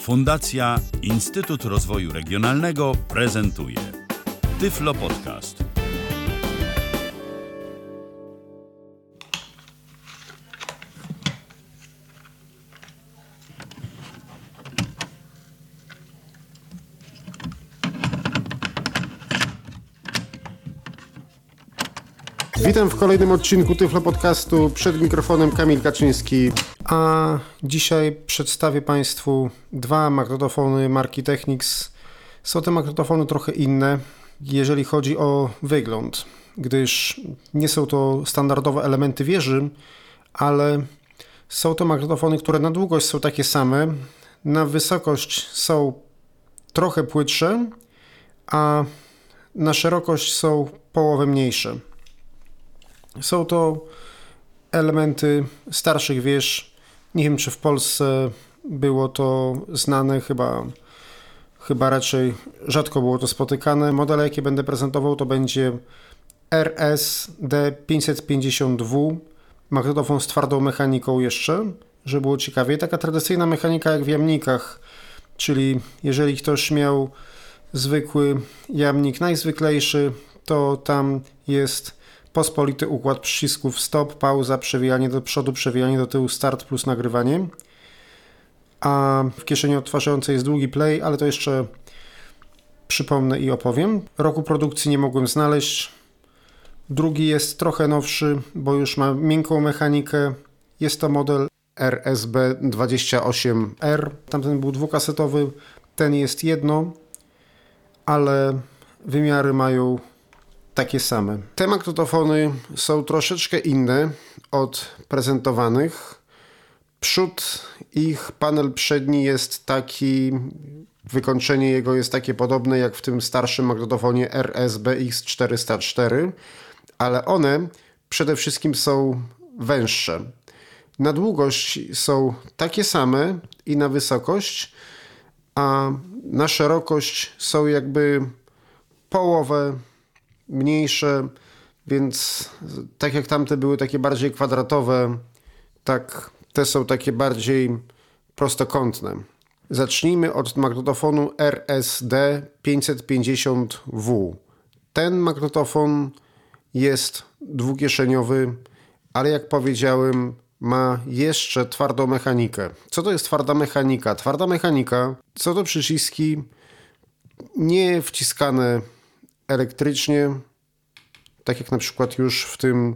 Fundacja Instytut Rozwoju Regionalnego prezentuje Tyflo Podcast. Witam w kolejnym odcinku Tyflo Podcastu. Przed mikrofonem Kamil Kaczyński. A dzisiaj przedstawię Państwu dwa magnetofony marki Technics. Są te magnetofony trochę inne, jeżeli chodzi o wygląd, gdyż nie są to standardowe elementy wieży, ale są to magnetofony, które na długość są takie same, na wysokość są trochę płytsze, a na szerokość są połowę mniejsze. Są to elementy starszych wież. Nie wiem, czy w Polsce było to znane, chyba raczej rzadko było to spotykane. Modele, jakie będę prezentował, to będzie RS-D550W, magnetofon z twardą mechaniką jeszcze, żeby było ciekawie. Taka tradycyjna mechanika jak w jamnikach, czyli jeżeli ktoś miał zwykły jamnik najzwyklejszy, to tam jest pospolity układ przycisków stop, pauza, przewijanie do przodu, przewijanie do tyłu, start plus nagrywanie. A w kieszeni odtwarzającej jest długi play, ale to jeszcze przypomnę i opowiem. Roku produkcji nie mogłem znaleźć. Drugi jest trochę nowszy, bo już ma miękką mechanikę. Jest to model RSB28R. Tamten był dwukasetowy, ten jest jedno, ale wymiary mają takie same. Te magnetofony są troszeczkę inne od prezentowanych. Przód ich, panel przedni jest taki, wykończenie jego jest takie podobne jak w tym starszym magnetofonie RSBX404, ale one przede wszystkim są węższe. Na długość są takie same i na wysokość, a na szerokość są jakby połowę mniejsze, więc tak jak tamte były takie bardziej kwadratowe, tak te są takie bardziej prostokątne. Zacznijmy od magnetofonu RSD550W. Ten magnetofon jest dwukieszeniowy, ale jak powiedziałem, ma jeszcze twardą mechanikę. Co to jest twarda mechanika? Twarda mechanika są to przyciski nie wciskane elektrycznie, tak jak na przykład już w tym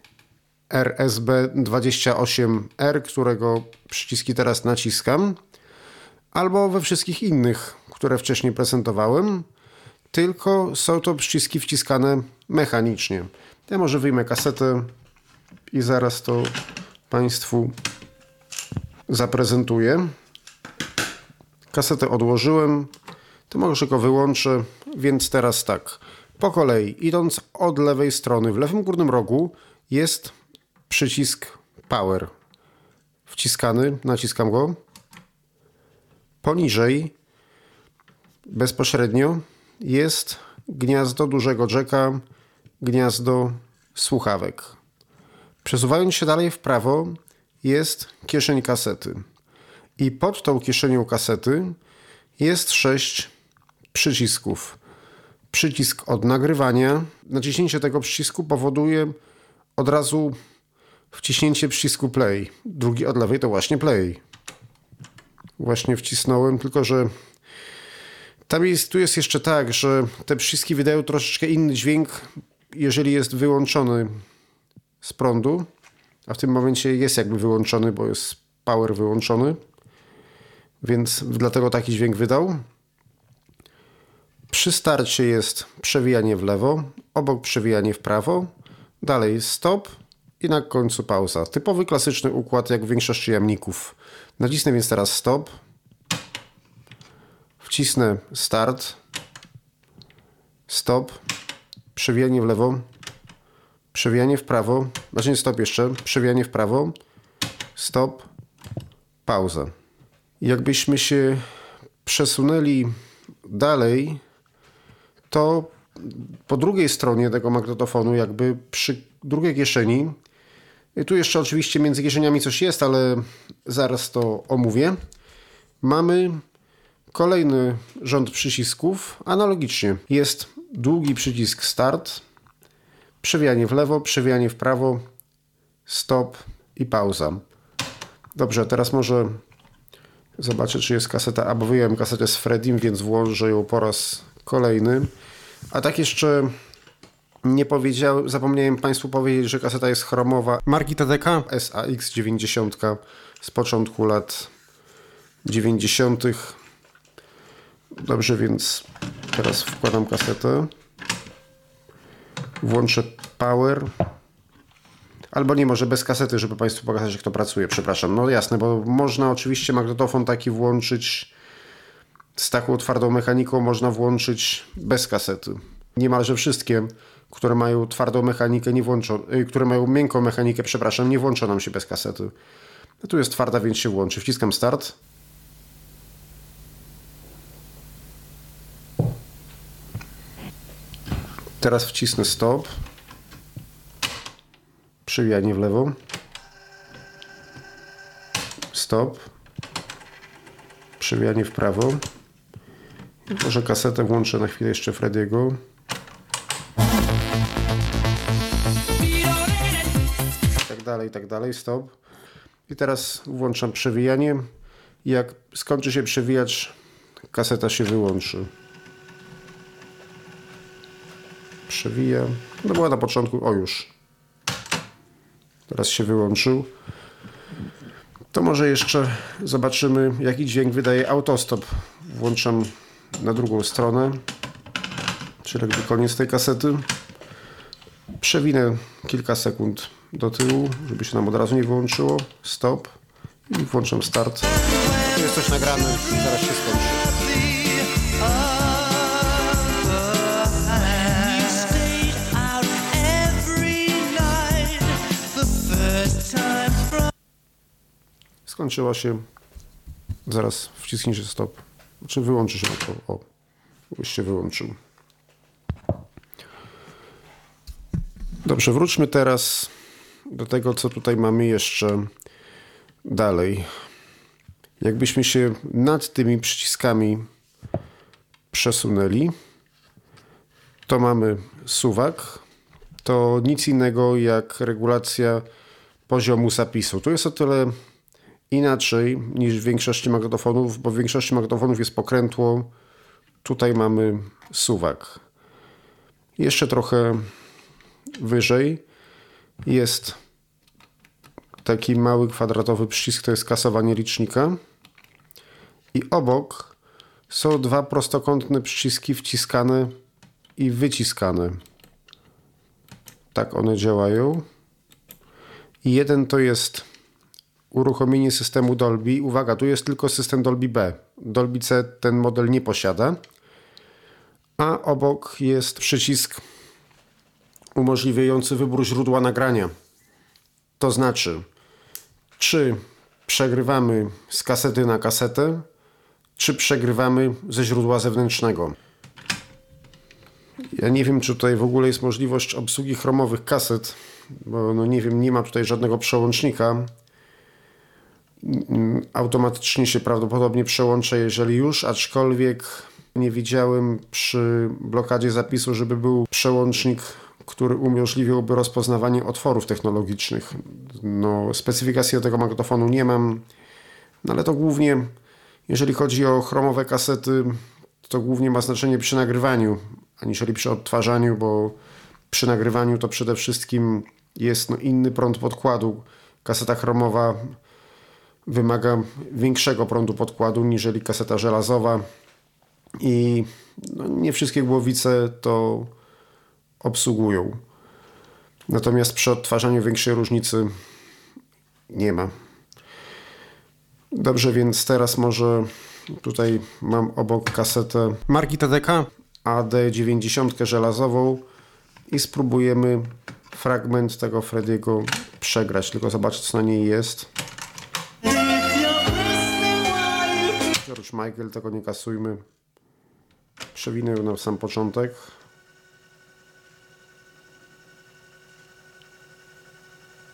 RSB28R, którego przyciski teraz naciskam, albo we wszystkich innych, które wcześniej prezentowałem, tylko są to przyciski wciskane mechanicznie. Ja może wyjmę kasetę i zaraz to Państwu zaprezentuję. Kasetę odłożyłem, to może go wyłączę, więc teraz tak. Po kolei, idąc od lewej strony, w lewym górnym rogu jest przycisk Power. Wciskany, naciskam go. Poniżej, bezpośrednio, jest gniazdo dużego jacka, gniazdo słuchawek. Przesuwając się dalej w prawo, jest kieszeń kasety. I pod tą kieszenią kasety jest 6 przycisków. Przycisk od nagrywania. Naciśnięcie tego przycisku powoduje od razu wciśnięcie przycisku play. Drugi od lewej to właśnie play. Właśnie wcisnąłem, tylko że tu jest jeszcze tak, że te przyciski wydają troszeczkę inny dźwięk, jeżeli jest wyłączony z prądu, a w tym momencie jest jakby wyłączony, bo jest power wyłączony, więc dlatego taki dźwięk wydał. Przy starcie jest przewijanie w lewo, obok przewijanie w prawo, dalej stop i na końcu pauza. Typowy, klasyczny układ jak w większości jamników. Nacisnę więc teraz stop, wcisnę start, stop, przewijanie w lewo, przewijanie w prawo, znaczy nie stop jeszcze, przewijanie w prawo, stop, pauza. Jakbyśmy się przesunęli dalej, to po drugiej stronie tego magnetofonu, jakby przy drugiej kieszeni, i tu jeszcze oczywiście między kieszeniami coś jest, ale zaraz to omówię, mamy Kolejny rząd przycisków analogicznie. Jest długi przycisk start, przewijanie w lewo, przewijanie w prawo, stop i pauza. Dobrze, teraz może zobaczę, czy jest kaseta, albo wyjąłem kasetę z Freddym, więc włożę ją po raz kolejny. A tak jeszcze nie powiedziałem, zapomniałem Państwu powiedzieć, że kaseta jest chromowa marki TDK SAX 90 z początku lat 90. Dobrze, więc teraz wkładam kasetę. Włączę power. Albo nie, może bez kasety, żeby Państwu pokazać, jak to pracuje. Przepraszam. No jasne, bo można oczywiście magnetofon taki włączyć z taką twardą mechaniką, można włączyć bez kasety. Niemalże wszystkie, które mają twardą mechanikę, które mają miękką mechanikę, przepraszam, nie włączą nam się bez kasety. No tu jest twarda, więc się włączy. Wciskam start. Teraz wcisnę stop. Przewijanie w lewo. Stop. Przewijanie w prawo. Może kasetę włączę na chwilę jeszcze Freddy'ego. I tak dalej. Stop. I teraz włączam przewijanie. Jak skończy się przewijać, kaseta się wyłączy. Przewija. No była na początku. O już. Teraz się wyłączył. To może jeszcze zobaczymy, jaki dźwięk wydaje autostop. Włączam na drugą stronę. Czyli jakby koniec tej kasety. Przewinę kilka sekund do tyłu, żeby się nam od razu nie wyłączyło. Stop. I włączam start. Jest coś nagrane. Zaraz się skończy. Skończyła się. Zaraz wciśnijcie stop. Znaczy wyłączy się to. O, już się wyłączył. Dobrze, wróćmy teraz do tego, co tutaj mamy jeszcze dalej. Jakbyśmy się nad tymi przyciskami przesunęli, to mamy suwak. To nic innego jak regulacja poziomu zapisu. Tu jest o tyle inaczej niż w większości magnetofonów, bo w większości magnetofonów jest pokrętło. Tutaj mamy suwak. Jeszcze trochę wyżej jest taki mały kwadratowy przycisk, to jest kasowanie licznika. I obok są dwa prostokątne przyciski wciskane i wyciskane. Tak one działają. I jeden to jest uruchomienie systemu Dolby. Uwaga, tu jest tylko system Dolby B. Dolby C ten model nie posiada. A obok jest przycisk umożliwiający wybór źródła nagrania. To znaczy, czy przegrywamy z kasety na kasetę, czy przegrywamy ze źródła zewnętrznego. Ja nie wiem, czy tutaj w ogóle jest możliwość obsługi chromowych kaset, bo no nie wiem, nie ma tutaj żadnego przełącznika. Automatycznie się prawdopodobnie przełączę, jeżeli już, aczkolwiek nie widziałem przy blokadzie zapisu, żeby był przełącznik, który umożliwiłby rozpoznawanie otworów technologicznych. No, specyfikacji tego magnetofonu nie mam, no ale to głównie, jeżeli chodzi o chromowe kasety, to głównie ma znaczenie przy nagrywaniu, aniżeli przy odtwarzaniu, bo przy nagrywaniu to przede wszystkim jest inny prąd podkładu. Kaseta chromowa wymaga większego prądu podkładu niżeli kaseta żelazowa i nie wszystkie głowice to obsługują. Natomiast przy odtwarzaniu większej różnicy nie ma. Dobrze, więc teraz może tutaj mam obok kasetę marki TDK AD90 żelazową i spróbujemy fragment tego Freddy'ego przegrać. Tylko zobaczę, co na niej jest. George Michael, tego nie kasujmy. Przewinę ją na sam początek.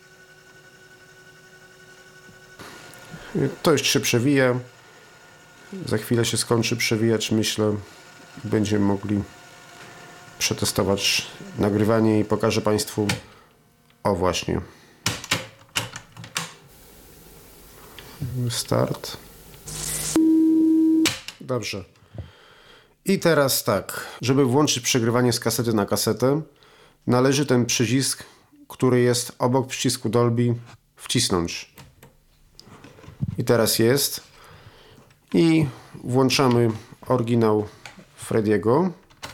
To już się przewija. Za chwilę się skończy przewijacz, myślę, będziemy mogli przetestować nagrywanie i pokażę Państwu, o właśnie, start. Dobrze. I teraz tak, żeby włączyć przegrywanie z kasety na kasetę, należy ten przycisk, który jest obok przycisku Dolby, wcisnąć. I teraz jest. I włączamy oryginał Frediego.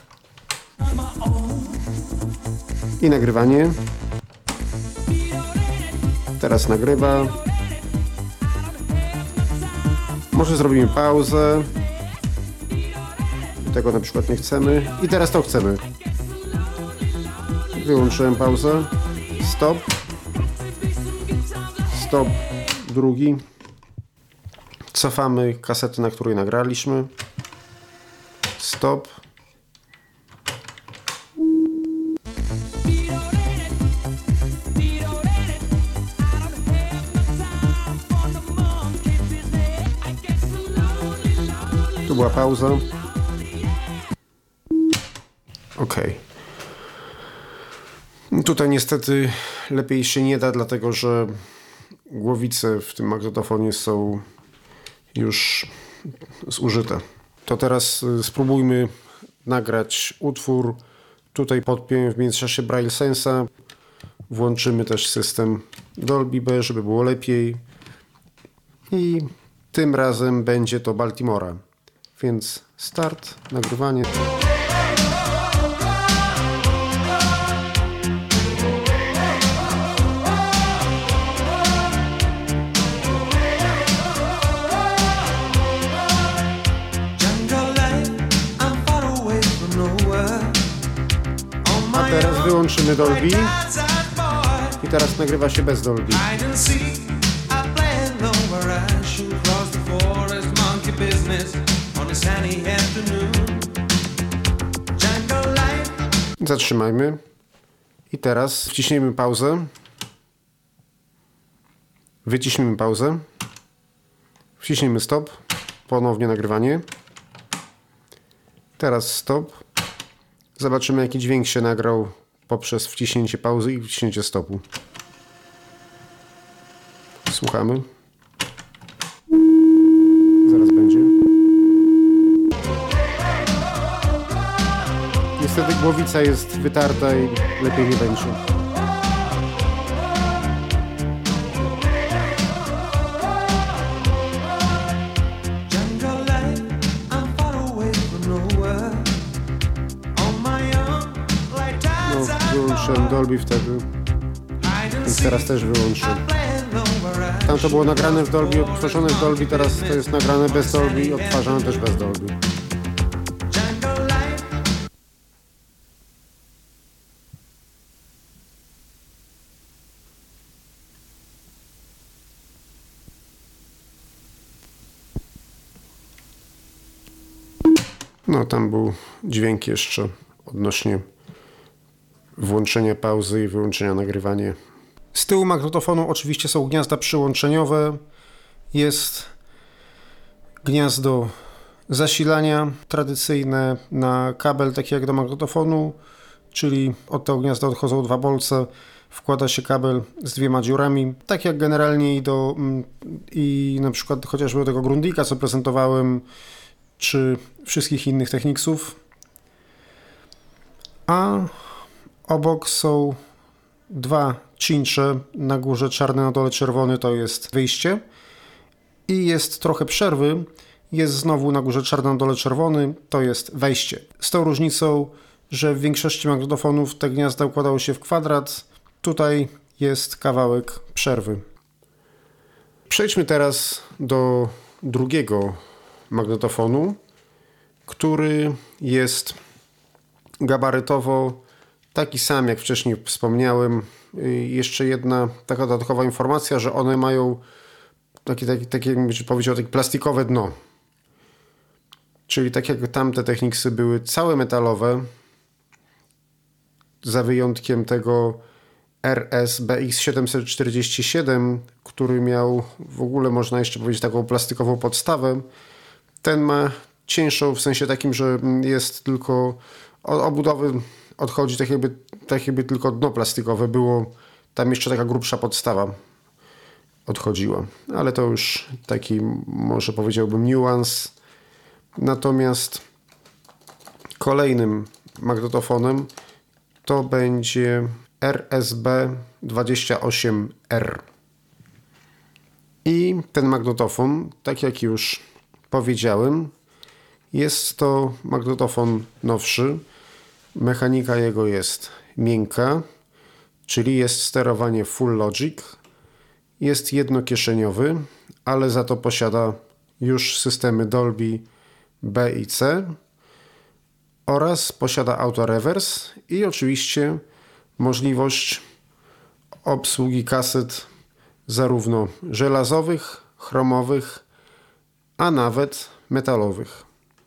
I nagrywanie. Teraz nagrywa. Może zrobimy pauzę. Tego na przykład nie chcemy. I teraz to chcemy. Wyłączyłem pauzę. Stop. Stop. Drugi. Cofamy kasetę, na której nagraliśmy. Stop. Tu była pauza. OK. Tutaj niestety lepiej się nie da, dlatego że głowice w tym magnetofonie są już zużyte. To teraz spróbujmy nagrać utwór. Tutaj podpiąłem w międzyczasie Braille Sensa. Włączymy też system Dolby B, żeby było lepiej. I tym razem będzie to Baltimora. Więc start, nagrywanie. A teraz wyłączymy Dolby. I teraz nagrywa się bez Dolby. Zatrzymajmy. I teraz wciśnijmy pauzę. Wyciśnijmy pauzę. Wciśnijmy stop. Ponownie nagrywanie. Teraz stop. Zobaczymy, jaki dźwięk się nagrał poprzez wciśnięcie pauzy i wciśnięcie stopu. Słuchamy. Zaraz będzie. Niestety głowica jest wytarta i lepiej nie będzie. Wyłączyłem Dolby wtedy, więc teraz też wyłączę. Tam to było nagrane w Dolby, odtworzone w Dolby, teraz to jest nagrane bez Dolby i odtwarzane też bez Dolby. No, tam był dźwięk jeszcze odnośnie włączenia pauzy i wyłączenia nagrywania. Z tyłu magnetofonu oczywiście są gniazda przyłączeniowe. Jest gniazdo zasilania tradycyjne na kabel, taki jak do magnetofonu, czyli od tego gniazda odchodzą dwa bolce. Wkłada się kabel z dwiema dziurami, tak jak generalnie i na przykład chociażby do tego Grundika, co prezentowałem, czy wszystkich innych Technicsów. A obok są dwa cincze, na górze czarny, na dole czerwony, to jest wyjście. I jest trochę przerwy, jest znowu na górze czarny, na dole czerwony, to jest wejście. Z tą różnicą, że w większości magnetofonów te gniazda układały się w kwadrat, tutaj jest kawałek przerwy. Przejdźmy teraz do drugiego magnetofonu, który jest gabarytowo taki sam, jak wcześniej wspomniałem. Jeszcze jedna taka dodatkowa informacja, że one mają takie jakbym powiedział, takie plastikowe dno. Czyli tak jak tamte Technicsy były całe metalowe, za wyjątkiem tego RS-BX 747, który miał w ogóle, można jeszcze powiedzieć, taką plastikową podstawę, Ten ma cieńszą w sensie takim, że jest tylko od obudowy odchodzi tak jakby tylko dno plastikowe było. Tam jeszcze taka grubsza podstawa odchodziła. Ale to już taki, może powiedziałbym, niuans. Natomiast kolejnym magnetofonem to będzie RSB 28R. I ten magnetofon, tak jak już powiedziałem, jest to magnetofon nowszy. Mechanika jego jest miękka, czyli jest sterowanie Full Logic. Jest jednokieszeniowy, ale za to posiada już systemy Dolby B i C oraz posiada auto-reverse i oczywiście możliwość obsługi kaset zarówno żelazowych, chromowych, a nawet metalowych.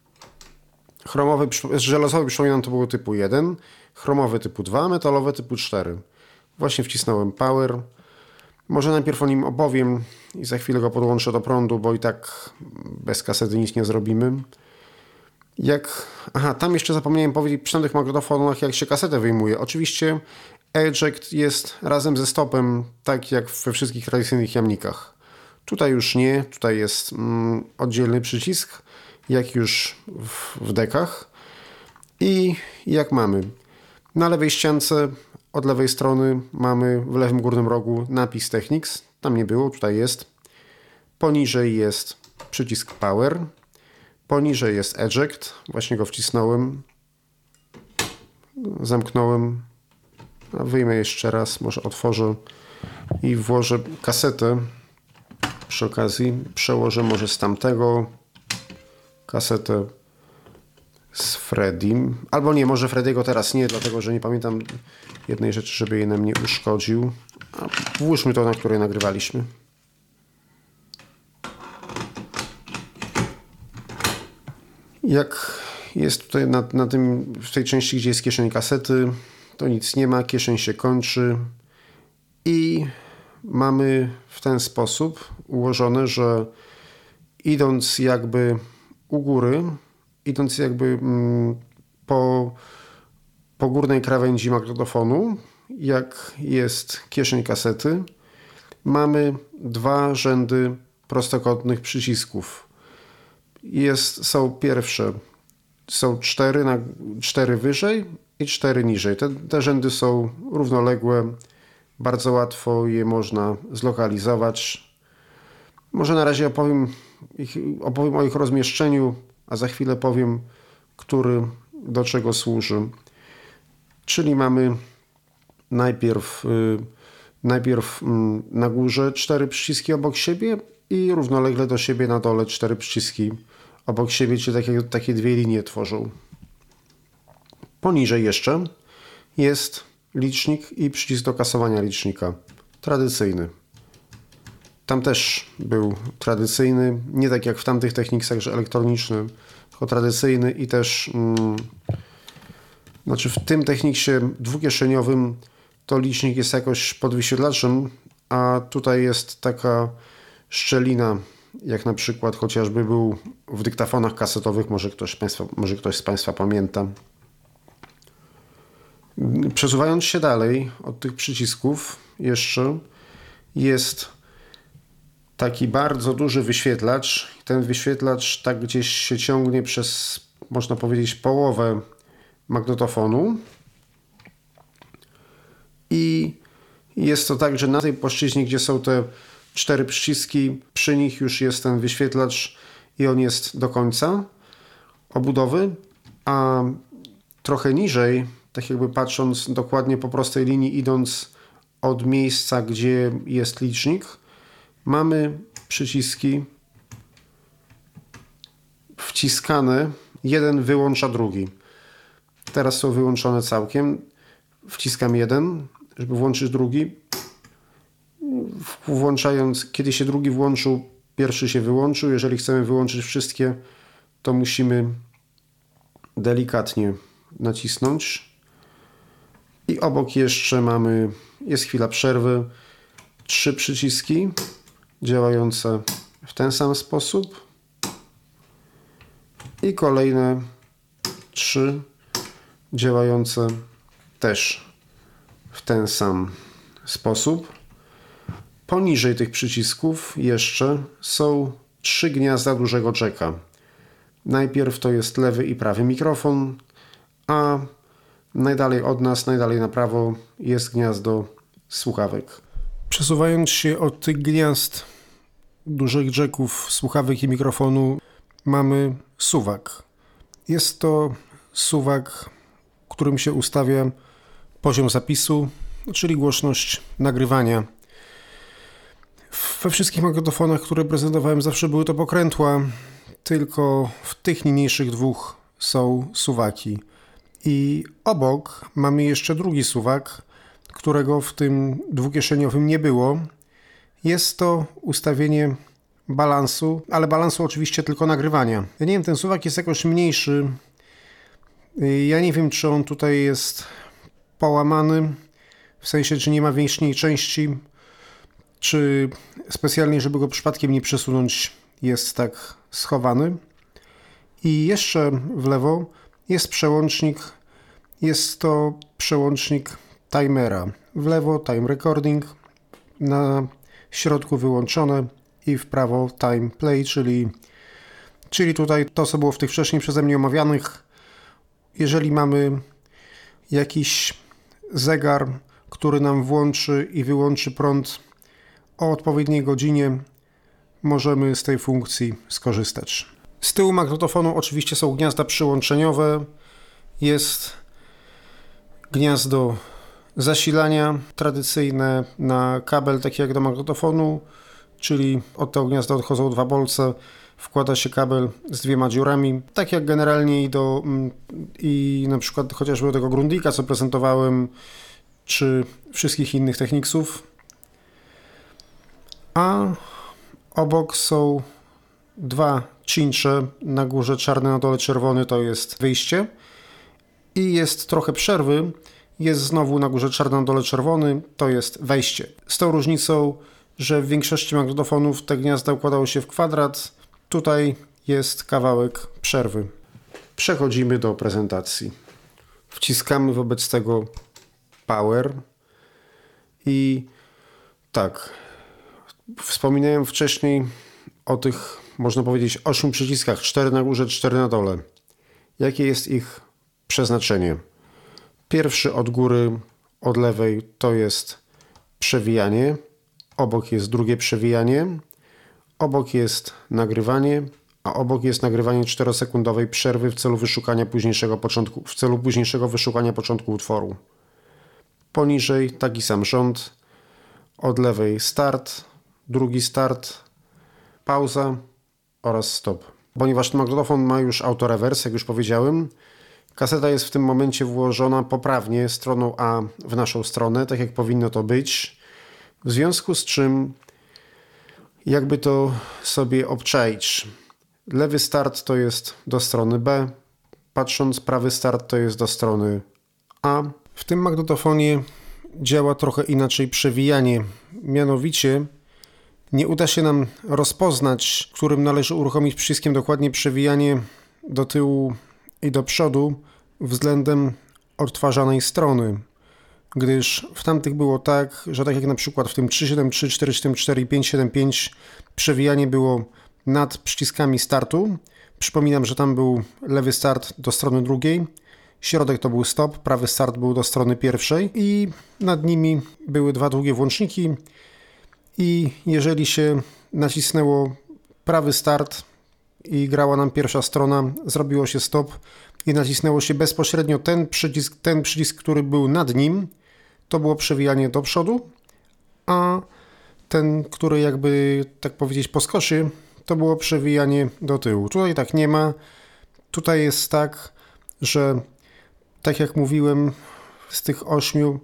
Żelazowy, przypominam, to było typu 1, chromowy typu 2, metalowe typu 4. Właśnie wcisnąłem power. Może najpierw o nim opowiem i za chwilę go podłączę do prądu, bo i tak bez kasety nic nie zrobimy. Tam jeszcze zapomniałem powiedzieć przy tych magnetofonach, jak się kasetę wyjmuje. Oczywiście eject jest razem ze stopem, tak jak we wszystkich tradycyjnych jamnikach. Tutaj już nie, tutaj jest oddzielny przycisk, jak już w dekach. I jak mamy na lewej ściance, od lewej strony mamy w lewym górnym rogu napis Technics. Tam nie było, tutaj jest. Poniżej jest przycisk Power. Poniżej jest Eject. Właśnie go wcisnąłem. Zamknąłem. Wyjmę jeszcze raz, może otworzę i włożę kasetę. Przy okazji przełożę może z tamtego kasetę z Freddym. Albo nie, może Freddy'ego teraz nie, dlatego że nie pamiętam jednej rzeczy, żeby jej nam nie uszkodził. A włóżmy to, na której nagrywaliśmy. Jak jest tutaj w tej części, gdzie jest kieszeń kasety, to nic nie ma, kieszeń się kończy i mamy w ten sposób ułożone, że idąc jakby u góry, idąc jakby po górnej krawędzi magnetofonu, jak jest kieszeń kasety, mamy dwa rzędy prostokątnych przycisków. Są cztery wyżej i 4 niżej. Te rzędy są równoległe, bardzo łatwo je można zlokalizować. Może na razie opowiem o ich rozmieszczeniu, a za chwilę powiem, który do czego służy. Czyli mamy najpierw na górze 4 przyciski obok siebie i równolegle do siebie na dole 4 przyciski obok siebie, czyli takie dwie linie tworzą. Poniżej jeszcze jest licznik i przycisk do kasowania licznika. Tradycyjny. Tam też był tradycyjny, nie tak jak w tamtych Technicsach, że elektroniczny, tylko tradycyjny i też w tym Technicsie dwukieszeniowym to licznik jest jakoś pod wyświetlaczem, a tutaj jest taka szczelina, jak na przykład chociażby był w dyktafonach kasetowych, może ktoś z Państwa pamięta. Przesuwając się dalej od tych przycisków jeszcze jest taki bardzo duży wyświetlacz. Ten wyświetlacz tak gdzieś się ciągnie przez, można powiedzieć, połowę magnetofonu. I jest to tak, że na tej płaszczyźnie, gdzie są te 4 przyciski, przy nich już jest ten wyświetlacz i on jest do końca obudowy, a trochę niżej, tak jakby patrząc dokładnie po prostej linii, idąc od miejsca, gdzie jest licznik, mamy przyciski wciskane, jeden wyłącza drugi. Teraz są wyłączone całkiem. Wciskam jeden, żeby włączyć drugi. Kiedy się drugi włączył, pierwszy się wyłączył. Jeżeli chcemy wyłączyć wszystkie, to musimy delikatnie nacisnąć. I obok jeszcze jest chwila przerwy, 3 przyciski działające w ten sam sposób. i kolejne 3 działające też w ten sam sposób. Poniżej tych przycisków jeszcze są 3 gniazda dużego jacka. Najpierw to jest lewy i prawy mikrofon, a najdalej od nas, najdalej na prawo jest gniazdo słuchawek. Przesuwając się od tych gniazd dużych jacków, słuchawek i mikrofonu, mamy suwak. Jest to suwak, którym się ustawia poziom zapisu, czyli głośność nagrywania. We wszystkich magnetofonach, które prezentowałem, zawsze były to pokrętła, tylko w tych niniejszych 2 są suwaki. I obok mamy jeszcze drugi suwak, którego w tym dwukieszeniowym nie było. Jest to ustawienie balansu, ale balansu oczywiście tylko nagrywania. Ja nie wiem, ten suwak jest jakoś mniejszy. Ja nie wiem, czy on tutaj jest połamany, w sensie, czy nie ma większej części, czy specjalnie, żeby go przypadkiem nie przesunąć, jest tak schowany. I jeszcze w lewo jest przełącznik. Jest to przełącznik timera. W lewo time recording, na środku wyłączone i w prawo time play, czyli tutaj to, co było w tych wcześniej przeze mnie omawianych. Jeżeli mamy jakiś zegar, który nam włączy i wyłączy prąd o odpowiedniej godzinie, możemy z tej funkcji skorzystać. Z tyłu magnetofonu oczywiście są gniazda przyłączeniowe. Jest gniazdo zasilania tradycyjne na kabel, taki jak do magnetofonu, czyli od tego gniazda odchodzą 2 bolce, wkłada się kabel z 2 dziurami, tak jak generalnie i na przykład chociażby do tego Grundika, co prezentowałem, czy wszystkich innych Technicsów. A obok są 2 cincze, na górze czarny, na dole czerwony, to jest wyjście i jest trochę przerwy, jest znowu na górze czarny, na dole czerwony, to jest wejście. Z tą różnicą, że w większości magnetofonów te gniazda układały się w kwadrat, tutaj jest kawałek przerwy. Przechodzimy do prezentacji. Wciskamy wobec tego power i tak, wspominałem wcześniej o tych, można powiedzieć, 8 przyciskach, 4 na górze, 4 na dole. Jakie jest ich przeznaczenie? Pierwszy od góry, od lewej, to jest przewijanie. Obok jest drugie przewijanie. Obok jest nagrywanie, a obok jest nagrywanie 4-sekundowej przerwy w celu późniejszego wyszukania początku utworu. Poniżej taki sam rząd. Od lewej start, drugi start, pauza oraz stop. Ponieważ ten magnetofon ma już autorewers, jak już powiedziałem, kaseta jest w tym momencie włożona poprawnie stroną A w naszą stronę, tak jak powinno to być. W związku z czym, jakby to sobie obczaić, lewy start to jest do strony B, patrząc prawy start to jest do strony A. W tym magnetofonie działa trochę inaczej przewijanie, mianowicie nie uda się nam rozpoznać, którym należy uruchomić przyciskiem dokładnie przewijanie do tyłu i do przodu względem odtwarzanej strony, gdyż w tamtych było tak, że tak jak na przykład w tym 373, 474 i 575 przewijanie było nad przyciskami startu. Przypominam, że tam był lewy start do strony drugiej, środek to był stop, prawy start był do strony pierwszej i nad nimi były 2 długie włączniki i jeżeli się nacisnęło prawy start i grała nam pierwsza strona, zrobiło się stop i nacisnęło się bezpośrednio ten przycisk, który był nad nim, to było przewijanie do przodu, a ten, który jakby tak powiedzieć po skosie, to było przewijanie do tyłu. Tutaj tak nie ma. Tutaj jest tak, że tak jak mówiłem, z tych 8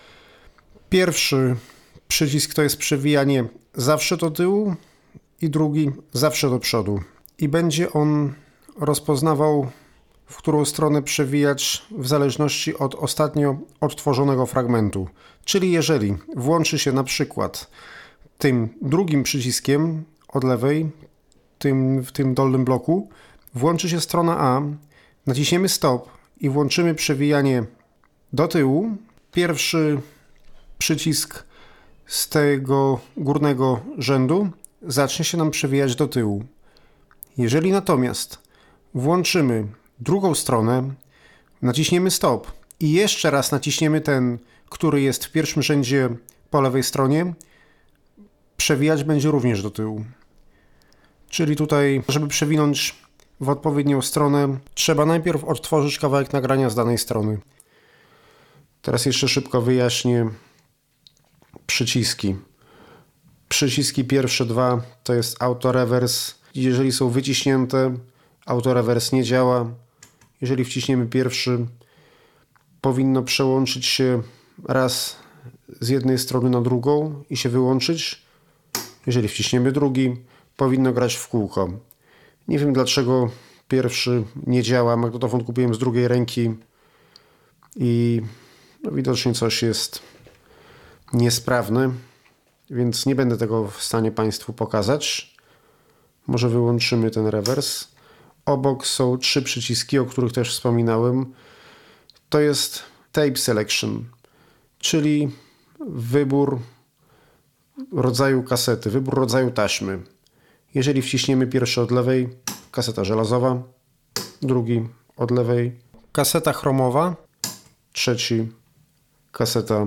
pierwszy przycisk to jest przewijanie zawsze do tyłu i drugi zawsze do przodu. I będzie on rozpoznawał, w którą stronę przewijać w zależności od ostatnio odtworzonego fragmentu. Czyli jeżeli włączy się na przykład tym drugim przyciskiem od lewej, w tym dolnym bloku włączy się strona A, naciśniemy stop i włączymy przewijanie do tyłu, pierwszy przycisk z tego górnego rzędu zacznie się nam przewijać do tyłu. Jeżeli natomiast włączymy drugą stronę, naciśniemy stop i jeszcze raz naciśniemy ten, który jest w pierwszym rzędzie po lewej stronie, przewijać będzie również do tyłu. Czyli tutaj, żeby przewinąć w odpowiednią stronę, trzeba najpierw odtworzyć kawałek nagrania z danej strony. Teraz jeszcze szybko wyjaśnię przyciski. Przyciski pierwsze dwa to jest auto-reverse. Jeżeli są wyciśnięte, auto-reverse nie działa. Jeżeli wciśniemy pierwszy, powinno przełączyć się raz z jednej strony na drugą i się wyłączyć. Jeżeli wciśniemy drugi, powinno grać w kółko. Nie wiem dlaczego pierwszy nie działa. Magnetofon kupiłem z drugiej ręki i widocznie coś jest niesprawne, więc nie będę tego w stanie Państwu pokazać. Może wyłączymy ten rewers. Obok są 3 przyciski, o których też wspominałem. To jest tape selection, czyli wybór rodzaju kasety, wybór rodzaju taśmy. Jeżeli wciśniemy pierwszy od lewej, kaseta żelazowa, drugi od lewej, kaseta chromowa, trzeci kaseta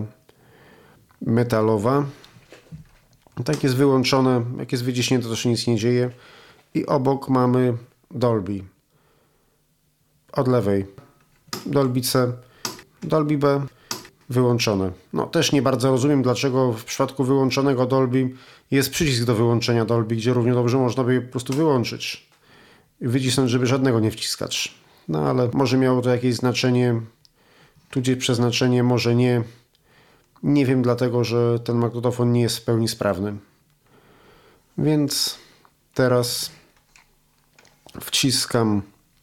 metalowa. Tak jest wyłączone, jak jest wyciśnięte, to się nic nie dzieje. I obok mamy Dolby. Od lewej Dolby C, Dolby B, wyłączone. No też nie bardzo rozumiem, dlaczego w przypadku wyłączonego Dolby jest przycisk do wyłączenia Dolby, gdzie równie dobrze można by je po prostu wyłączyć i wycisnąć, żeby żadnego nie wciskać. No ale może miało to jakieś znaczenie, tudzież przeznaczenie, może nie. Nie wiem, dlatego że ten magnetofon nie jest w pełni sprawny. Więc teraz wciskam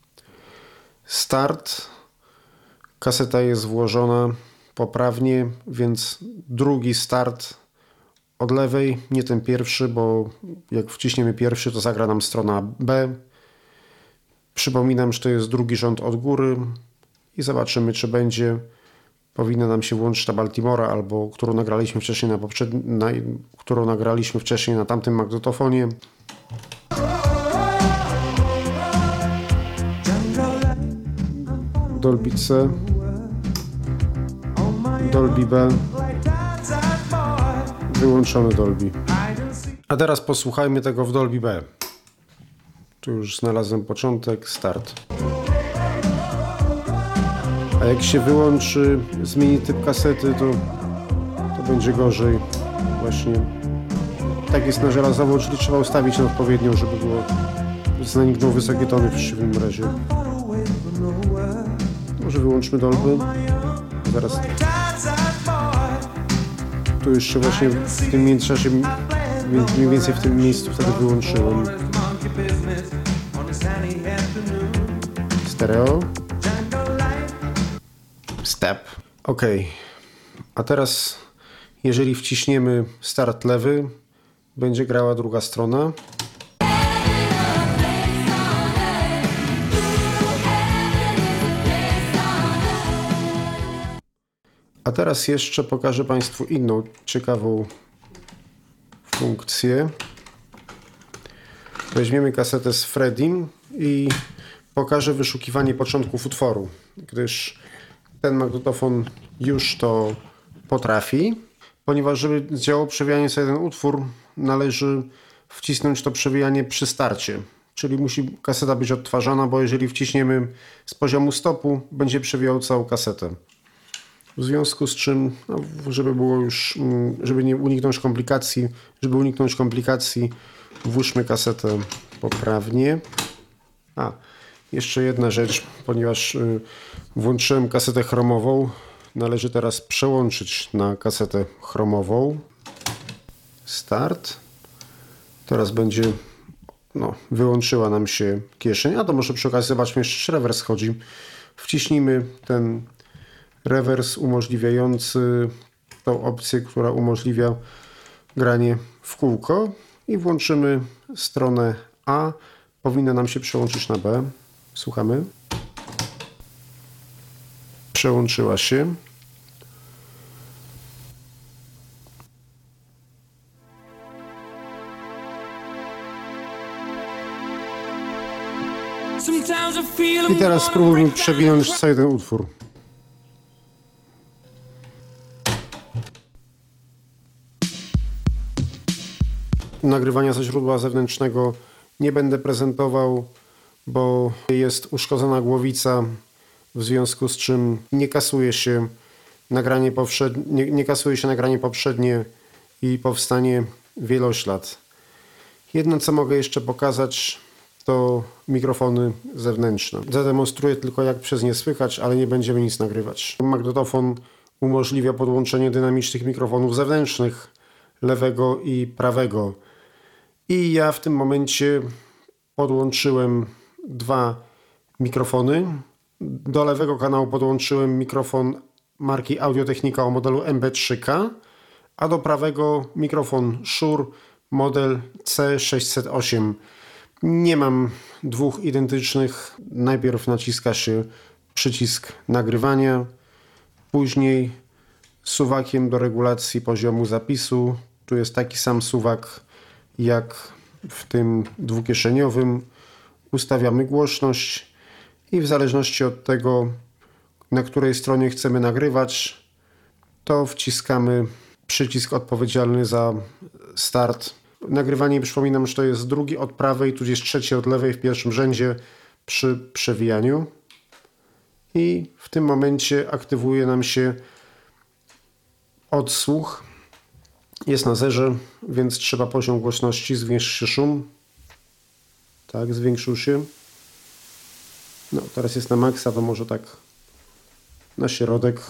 start. Kaseta jest włożona poprawnie, więc drugi start od lewej, nie ten pierwszy, bo jak wciśniemy pierwszy, to zagra nam strona B. Przypominam, że to jest drugi rząd od góry i zobaczymy, czy będzie. Powinna nam się włączyć ta Baltimora, albo którą nagraliśmy wcześniej którą nagraliśmy wcześniej na tamtym magnetofonie. Dolby C, Dolby B, wyłączony Dolby. A teraz posłuchajmy tego w Dolby B. Tu już znalazłem początek, start. A jak się wyłączy, zmieni typ kasety, to będzie gorzej. Właśnie tak jest na żelazowo, czyli trzeba ustawić na odpowiednią, żeby było zaniknął wysokie tony w przeciwnym razie. Może wyłączmy Dolby. Zaraz. Tu jeszcze właśnie w tym międzyczasie, mniej więcej w tym miejscu wtedy wyłączyłem. Stereo. Step. OK. A teraz, jeżeli wciśniemy start lewy, będzie grała druga strona. A teraz jeszcze pokażę Państwu inną ciekawą funkcję. Weźmiemy kasetę z Freddym i pokażę wyszukiwanie początków utworu, gdyż ten magnetofon już to potrafi. Ponieważ żeby działało przewijanie co jeden utwór, należy wcisnąć to przewijanie przy starcie. Czyli musi kaseta być odtwarzana, bo jeżeli wciśniemy z poziomu stopu, będzie przewijał całą kasetę. W związku z czym, żeby było już, żeby nie uniknąć komplikacji, włóżmy kasetę poprawnie. Jeszcze jedna rzecz, ponieważ włączyłem kasetę chromową, należy teraz przełączyć na kasetę chromową. Start. Teraz będzie, wyłączyła nam się kieszeń, a to może przy okazji zobaczmy jeszcze, czy rewers chodzi. Wciśnijmy ten rewers umożliwiający tą opcję, która umożliwia granie w kółko i włączymy stronę A. Powinna nam się przełączyć na B. Słuchamy. Przełączyła się. I teraz spróbujmy przewinąć cały ten utwór. Nagrywania ze źródła zewnętrznego nie będę prezentował, bo jest uszkodzona głowica, w związku z czym nie kasuje się nagranie poprzednie i powstanie wieloślad. Jedno, co mogę jeszcze pokazać, to mikrofony zewnętrzne. Zademonstruję tylko, jak przez nie słychać, ale nie będziemy nic nagrywać. Magnetofon umożliwia podłączenie dynamicznych mikrofonów zewnętrznych, lewego i prawego. I ja w tym momencie podłączyłem 2 mikrofony. Do lewego kanału podłączyłem mikrofon marki Audio-Technica o modelu MB3K, a do prawego mikrofon Shure model C608. Nie mam 2 identycznych. Najpierw naciska się przycisk nagrywania, później suwakiem do regulacji poziomu zapisu. Tu jest taki sam suwak jak w tym dwukieszeniowym. Ustawiamy głośność i w zależności od tego, na której stronie chcemy nagrywać, to wciskamy przycisk odpowiedzialny za start. Nagrywanie, przypominam, że to jest drugi od prawej, tudzież trzeci od lewej w pierwszym rzędzie przy przewijaniu. I w tym momencie aktywuje nam się odsłuch. Jest na zerze, więc trzeba poziom głośności, zwiększyć się szum. Tak, zwiększył się. No, teraz jest na maksa, to może tak na środek.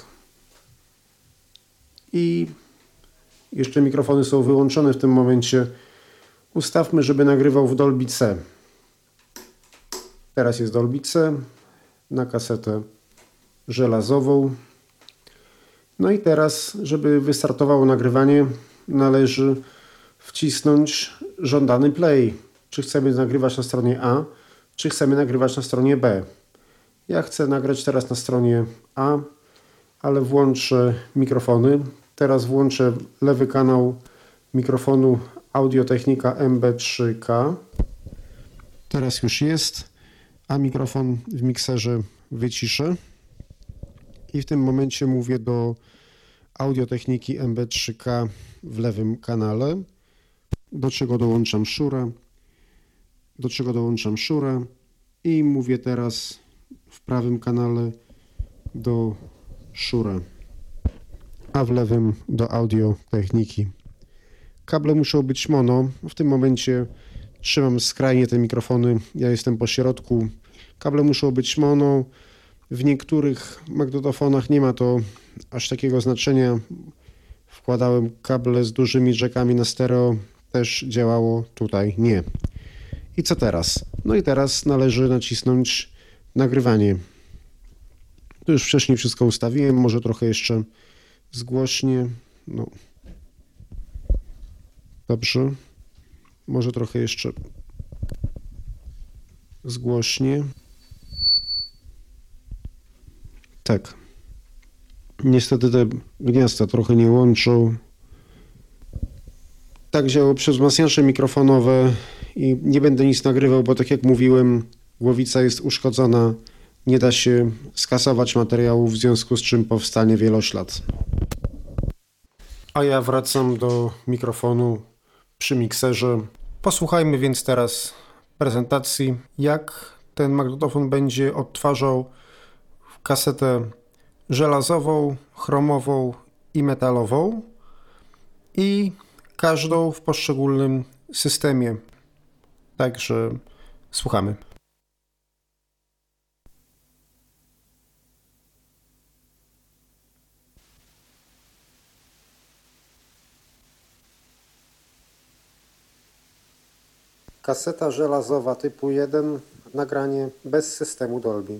I jeszcze mikrofony są wyłączone w tym momencie. Ustawmy, żeby nagrywał w Dolby C. Teraz jest Dolby C na kasetę żelazową. No i teraz, żeby wystartowało nagrywanie, należy wcisnąć żądany play. Czy chcemy nagrywać na stronie A, czy chcemy nagrywać na stronie B. Ja chcę nagrać teraz na stronie A, ale włączę mikrofony. Teraz włączę lewy kanał mikrofonu Audio-Technica MB3K. Teraz już jest, a mikrofon w mikserze wyciszę. I w tym momencie mówię do Audio-Techniki MB3K w lewym kanale, do czego dołączam Shure, i mówię teraz w prawym kanale do Shure, a w lewym do Audio-Techniki. Kable muszą być mono. W tym momencie trzymam skrajnie te mikrofony. Ja jestem po środku. Kable muszą być mono. W niektórych magnetofonach nie ma to aż takiego znaczenia. Wkładałem kable z dużymi jackami na stereo. Też działało, tutaj nie. I co teraz? No i teraz należy nacisnąć nagrywanie. Tu już wcześniej wszystko ustawiłem. Może trochę jeszcze zgłośnie. No. Dobrze. Może trochę jeszcze zgłośnie. Tak. Niestety te gniazda trochę nie łączą. Tak działało przez wzmacniacze mikrofonowe i nie będę nic nagrywał, bo tak jak mówiłem, głowica jest uszkodzona. Nie da się skasować materiału, w związku z czym powstanie wieloślad. A ja wracam do mikrofonu przy mikserze. Posłuchajmy więc teraz prezentacji, jak ten magnetofon będzie odtwarzał kasetę żelazową, chromową i metalową i każdą w poszczególnym systemie. Także słuchamy. Kaseta żelazowa typu 1, nagranie bez systemu Dolby.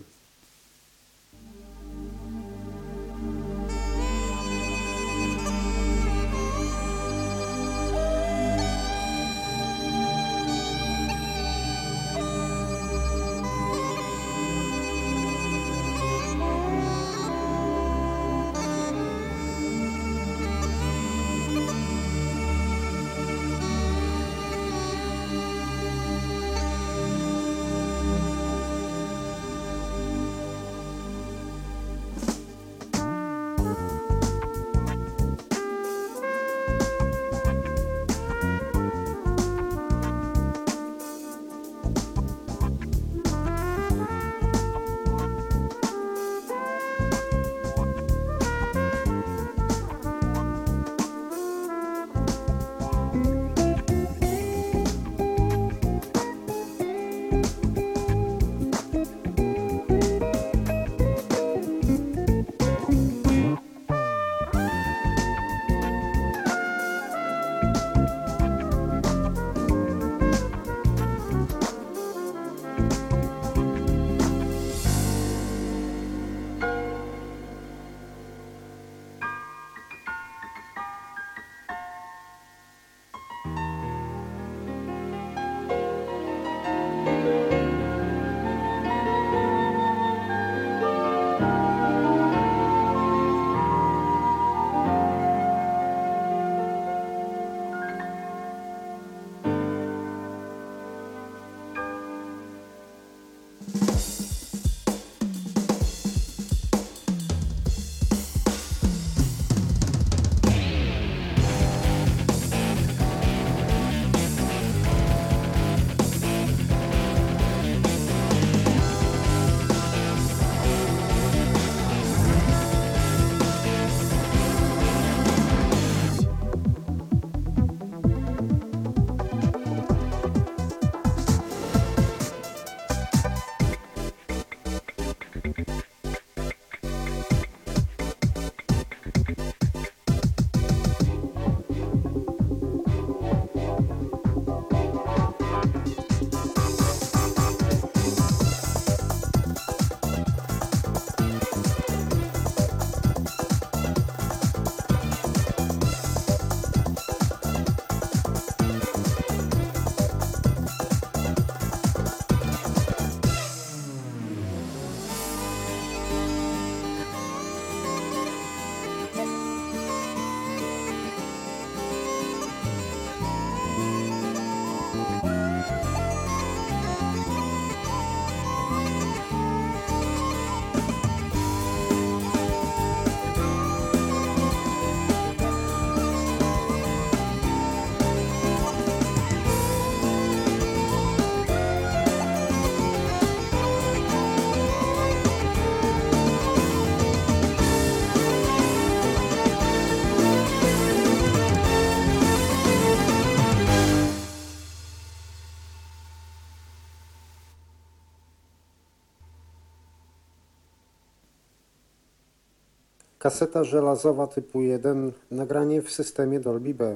Kaseta żelazowa typu 1, nagranie w systemie Dolby B.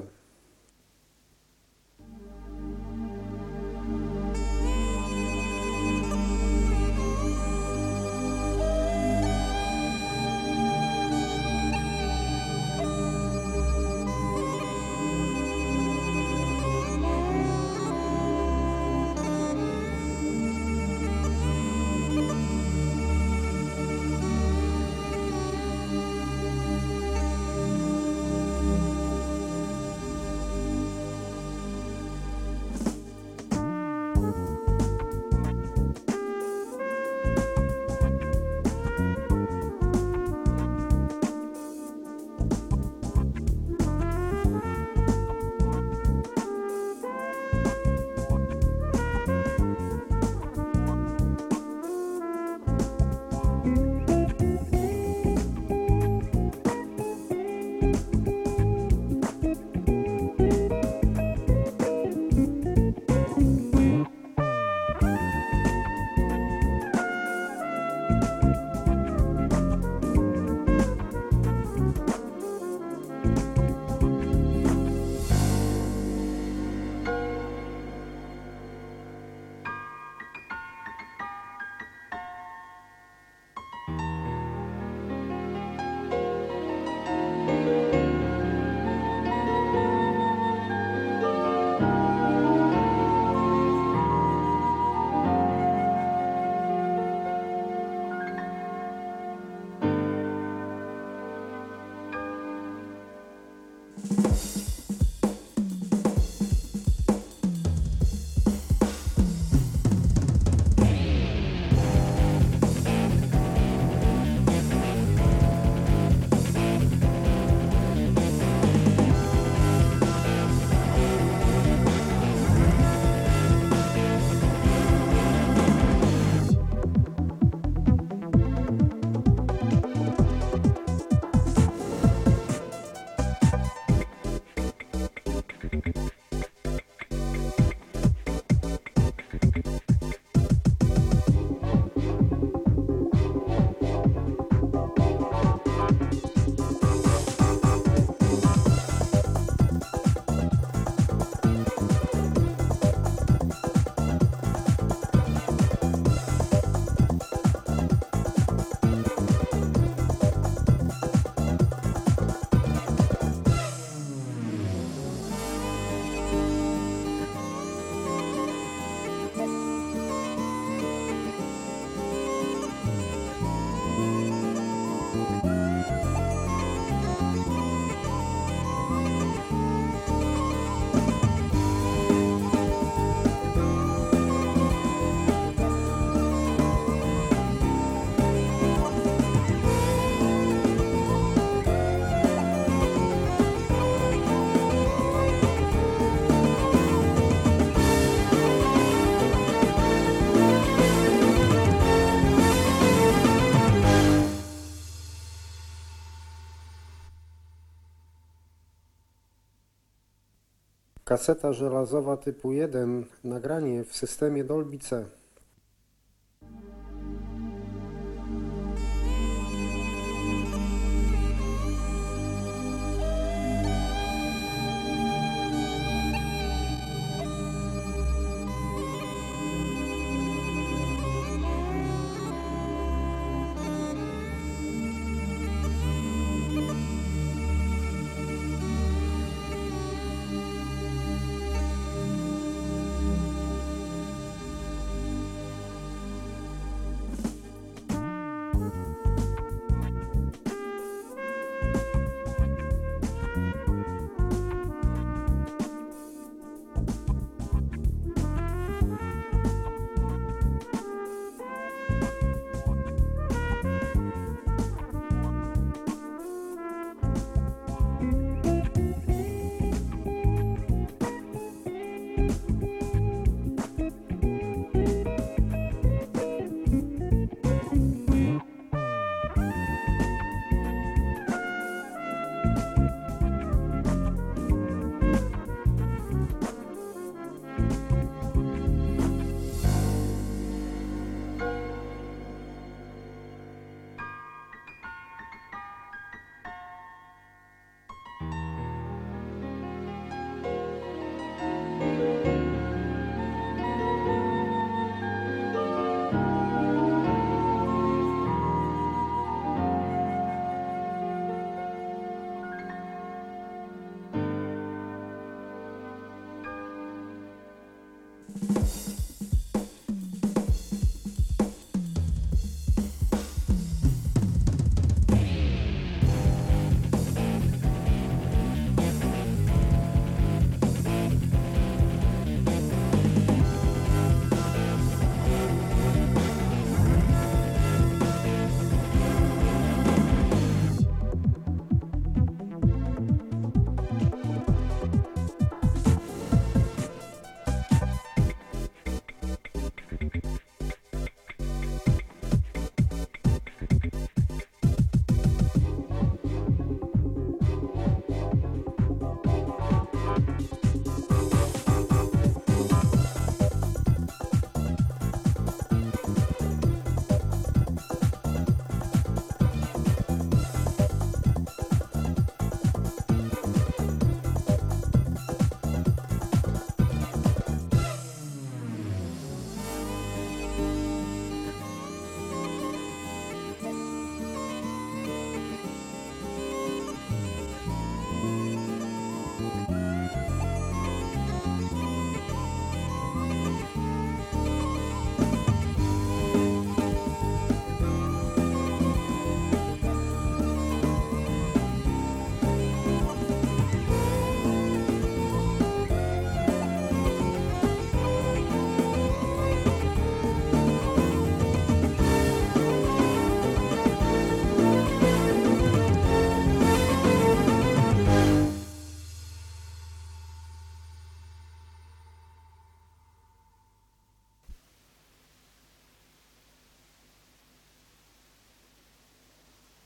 Kaseta żelazowa typu 1, nagranie w systemie Dolby C.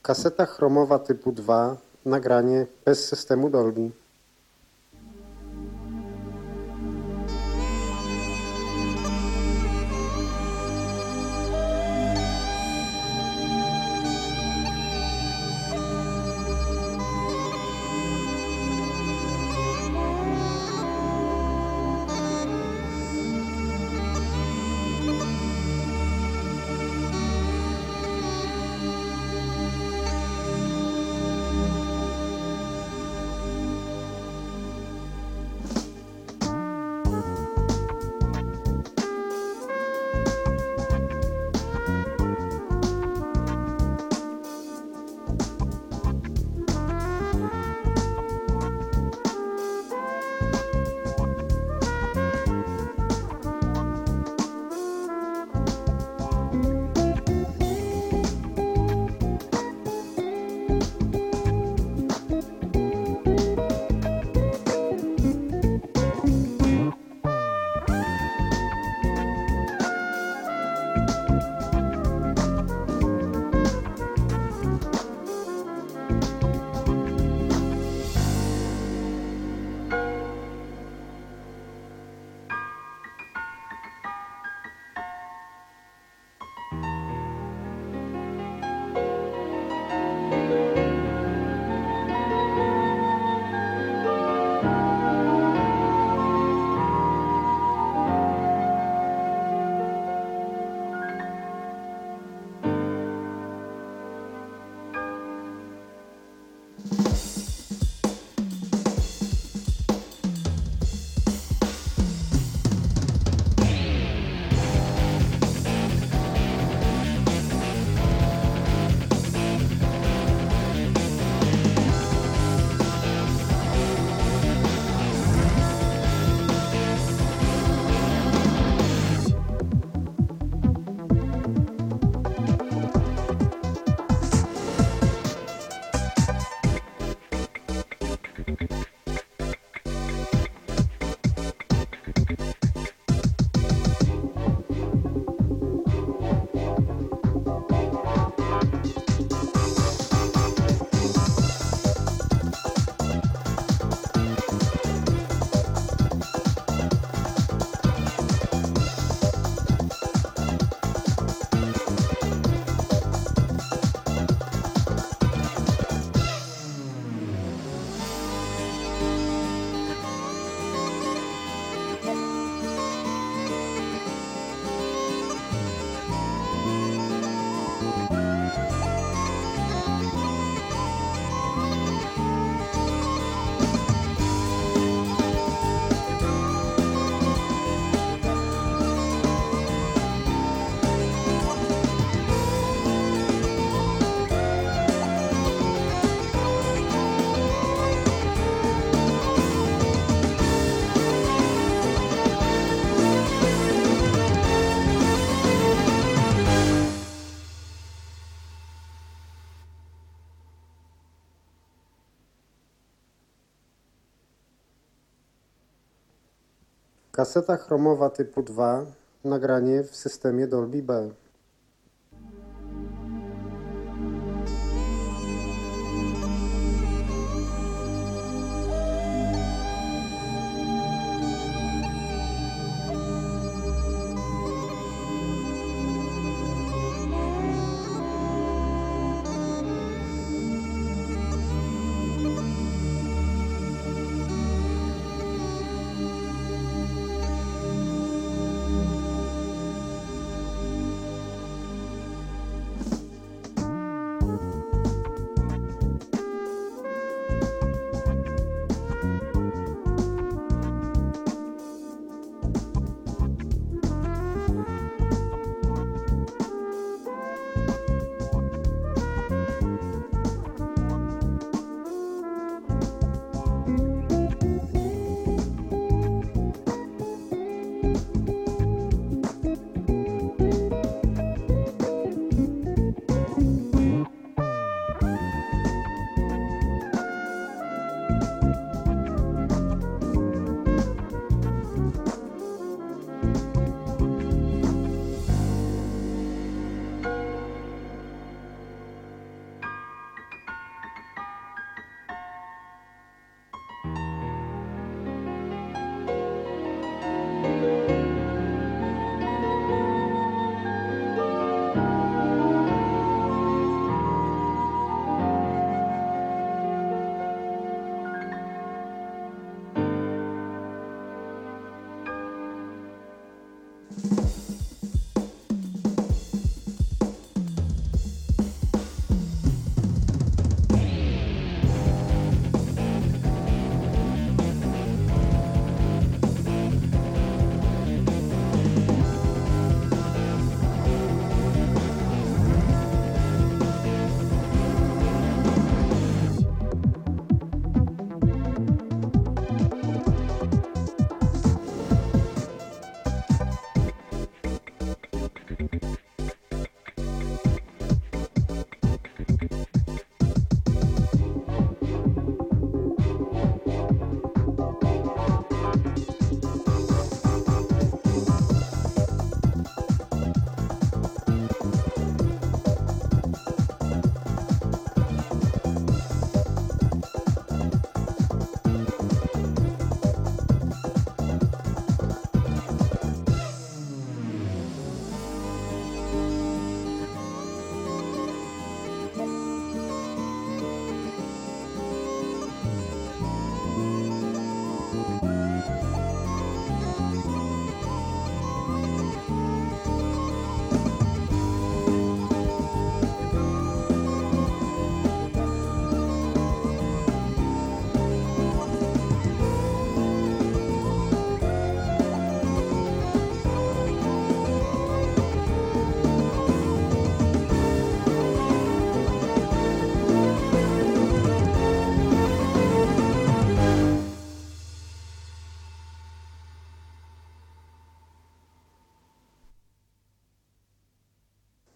Kaseta chromowa typu 2, nagranie bez systemu Dolby. Kaseta chromowa typu 2, nagranie w systemie Dolby B.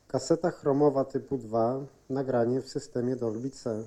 Kaseta chromowa typu 2, nagranie w systemie Dolby C.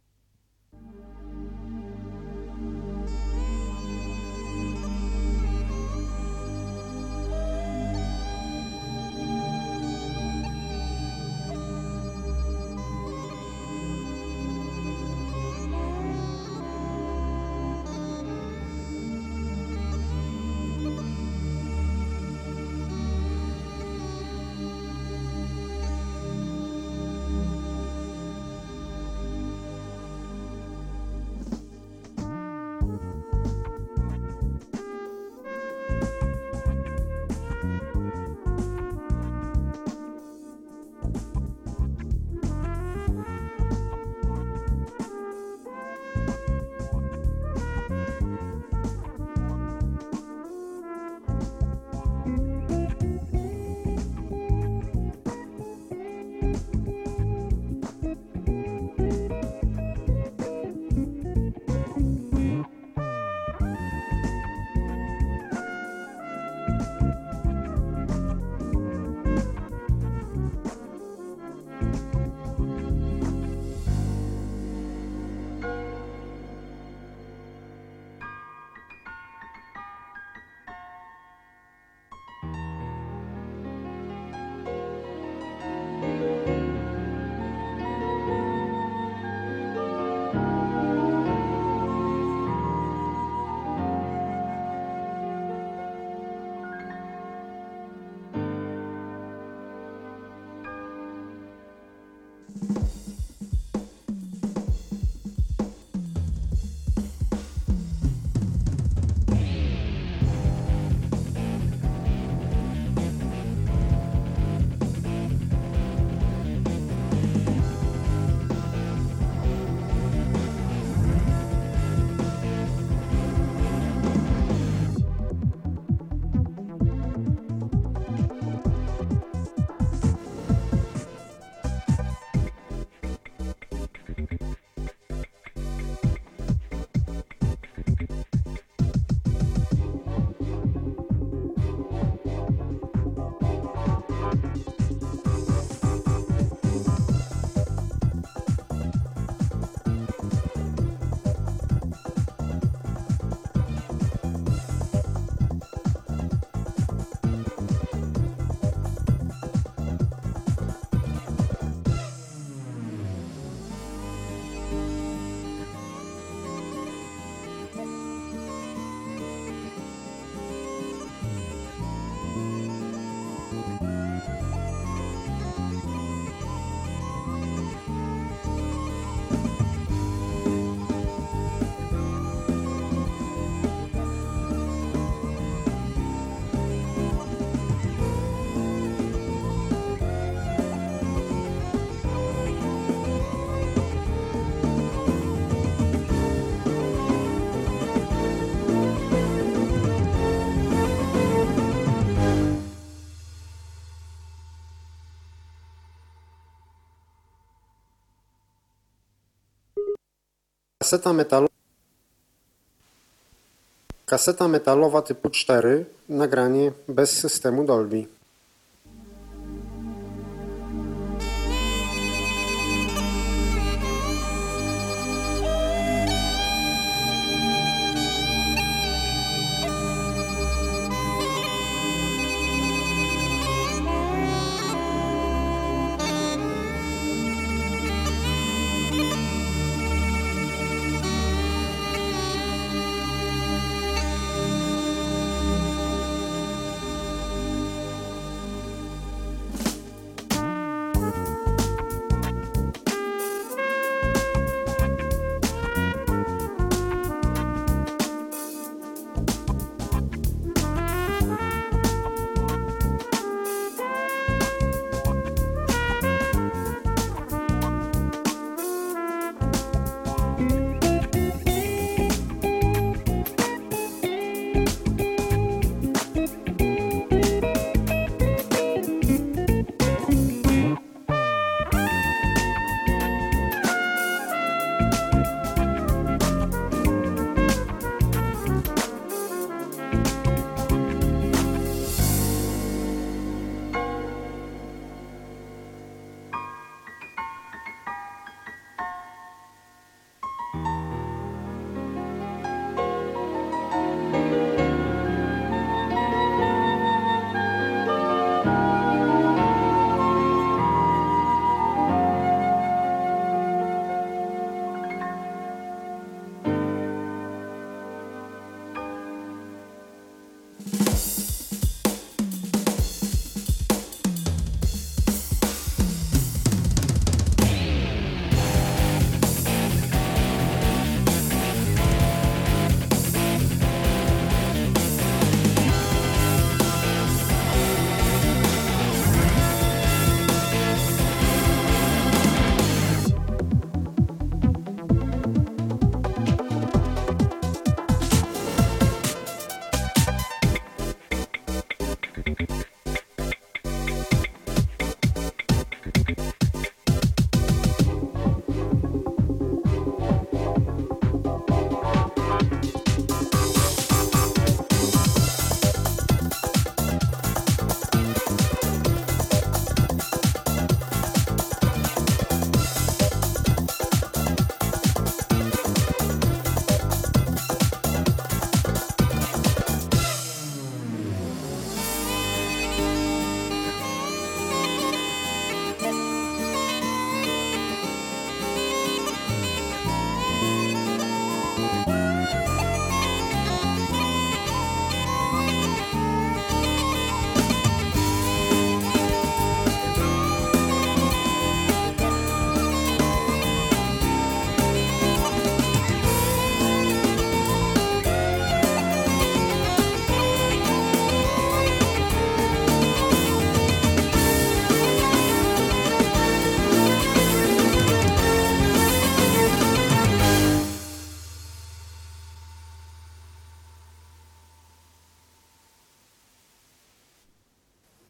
Kaseta metalowa typu 4, nagranie bez systemu Dolby.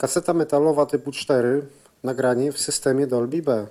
Kaseta metalowa typu 4, nagranie w systemie Dolby B.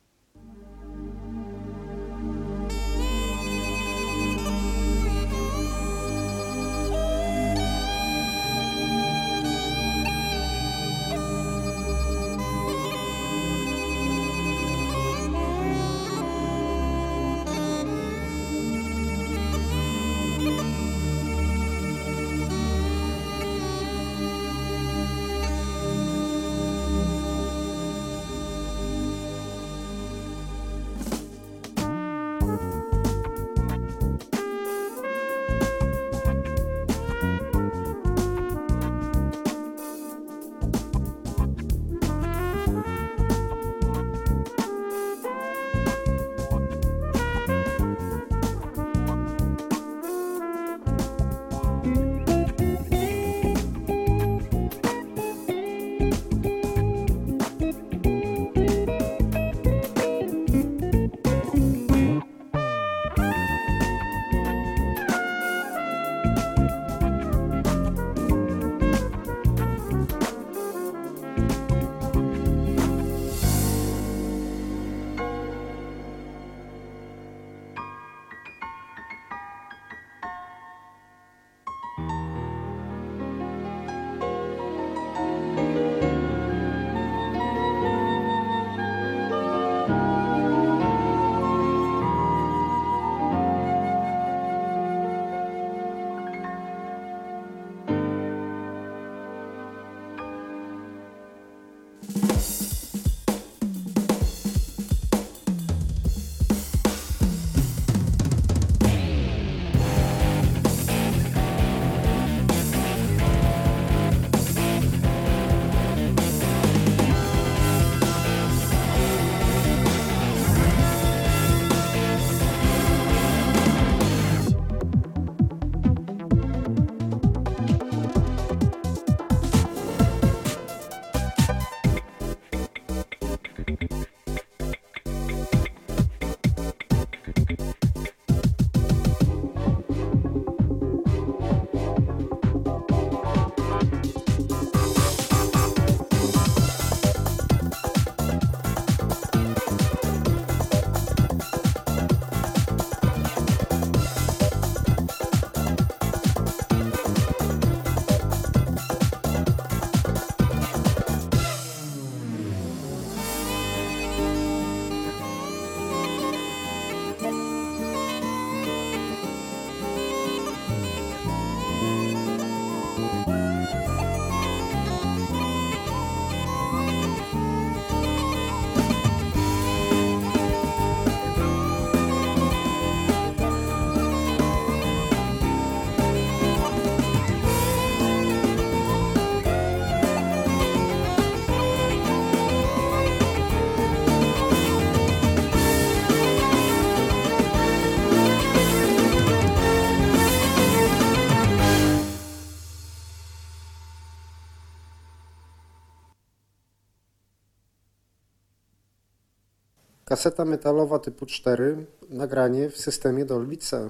Kaseta metalowa typu 4, nagranie w systemie Dolby C.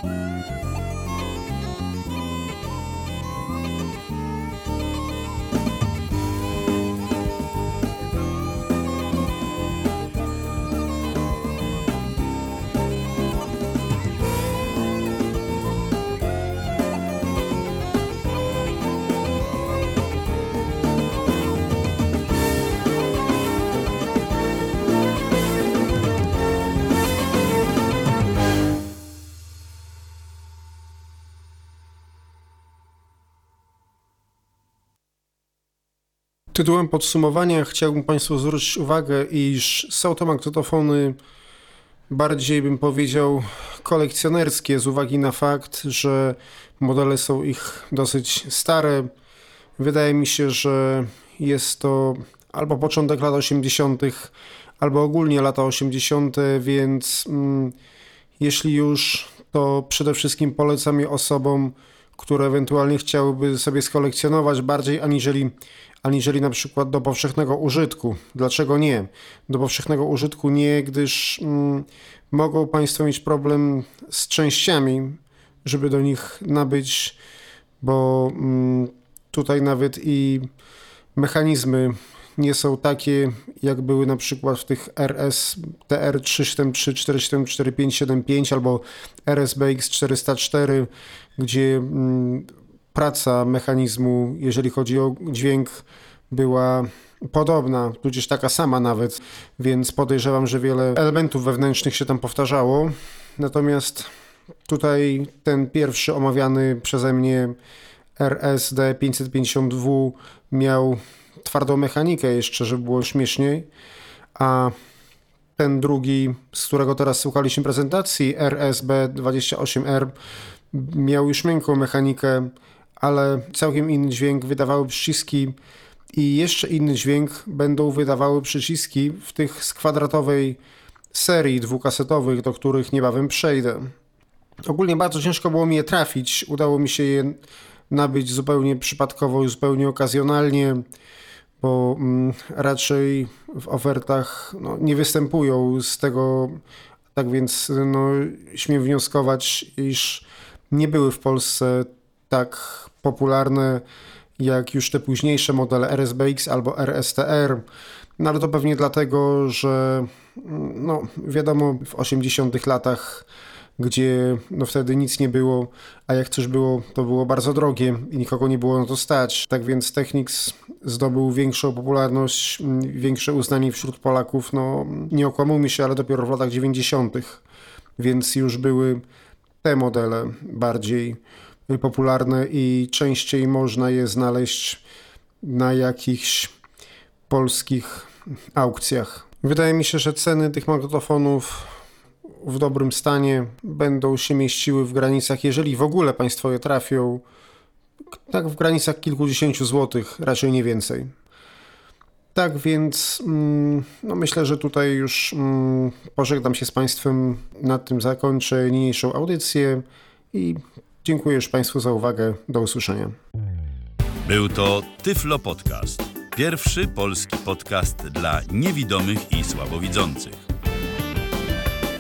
Tytułem podsumowania chciałbym Państwu zwrócić uwagę, iż są to magnetofony bardziej, bym powiedział, kolekcjonerskie z uwagi na fakt, że modele są ich dosyć stare. Wydaje mi się, że jest to albo początek lat 80., albo ogólnie lata 80., więc jeśli już, to przede wszystkim polecam je osobom, które ewentualnie chciałyby sobie skolekcjonować bardziej aniżeli na przykład do powszechnego użytku. Dlaczego nie? Do powszechnego użytku nie, gdyż mogą Państwo mieć problem z częściami, żeby do nich nabyć, bo tutaj nawet i mechanizmy nie są takie, jak były na przykład w tych RS TR373, 474, 575 albo RSBX 404, gdzie praca mechanizmu, jeżeli chodzi o dźwięk, była podobna, tudzież taka sama nawet, więc podejrzewam, że wiele elementów wewnętrznych się tam powtarzało. Natomiast tutaj ten pierwszy omawiany przeze mnie RSD 550W miał twardą mechanikę jeszcze, żeby było śmieszniej, a ten drugi, z którego teraz słuchaliśmy prezentacji, RSB28R, miał już miękką mechanikę, ale całkiem inny dźwięk wydawały przyciski i jeszcze inny dźwięk będą wydawały przyciski w tych z kwadratowej serii dwukasetowych, do których niebawem przejdę. Ogólnie bardzo ciężko było mi je trafić, udało mi się je nabyć zupełnie przypadkowo i zupełnie okazjonalnie, bo raczej w ofertach nie występują z tego, tak więc śmiem wnioskować, iż nie były w Polsce tak popularne jak już te późniejsze modele RSBX albo RSTR, ale to pewnie dlatego, że wiadomo, w 80-tych latach, gdzie wtedy nic nie było, a jak coś było, to było bardzo drogie i nikogo nie było na to stać. Tak więc Technics zdobył większą popularność, większe uznanie wśród Polaków, nie okłamujmy się, ale dopiero w latach 90., więc już były te modele bardziej popularne i częściej można je znaleźć na jakichś polskich aukcjach. Wydaje mi się, że ceny tych magnetofonów w dobrym stanie będą się mieściły w granicach, jeżeli w ogóle Państwo je trafią, tak w granicach kilkudziesięciu złotych, raczej nie więcej. Tak więc myślę, że tutaj już pożegnam się z Państwem, na tym zakończę niniejszą audycję i dziękuję już Państwu za uwagę. Do usłyszenia. Był to Tyflo Podcast. Pierwszy polski podcast dla niewidomych i słabowidzących.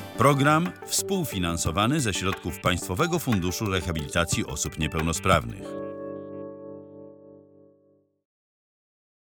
Program współfinansowany ze środków Państwowego Funduszu Rehabilitacji Osób Niepełnosprawnych.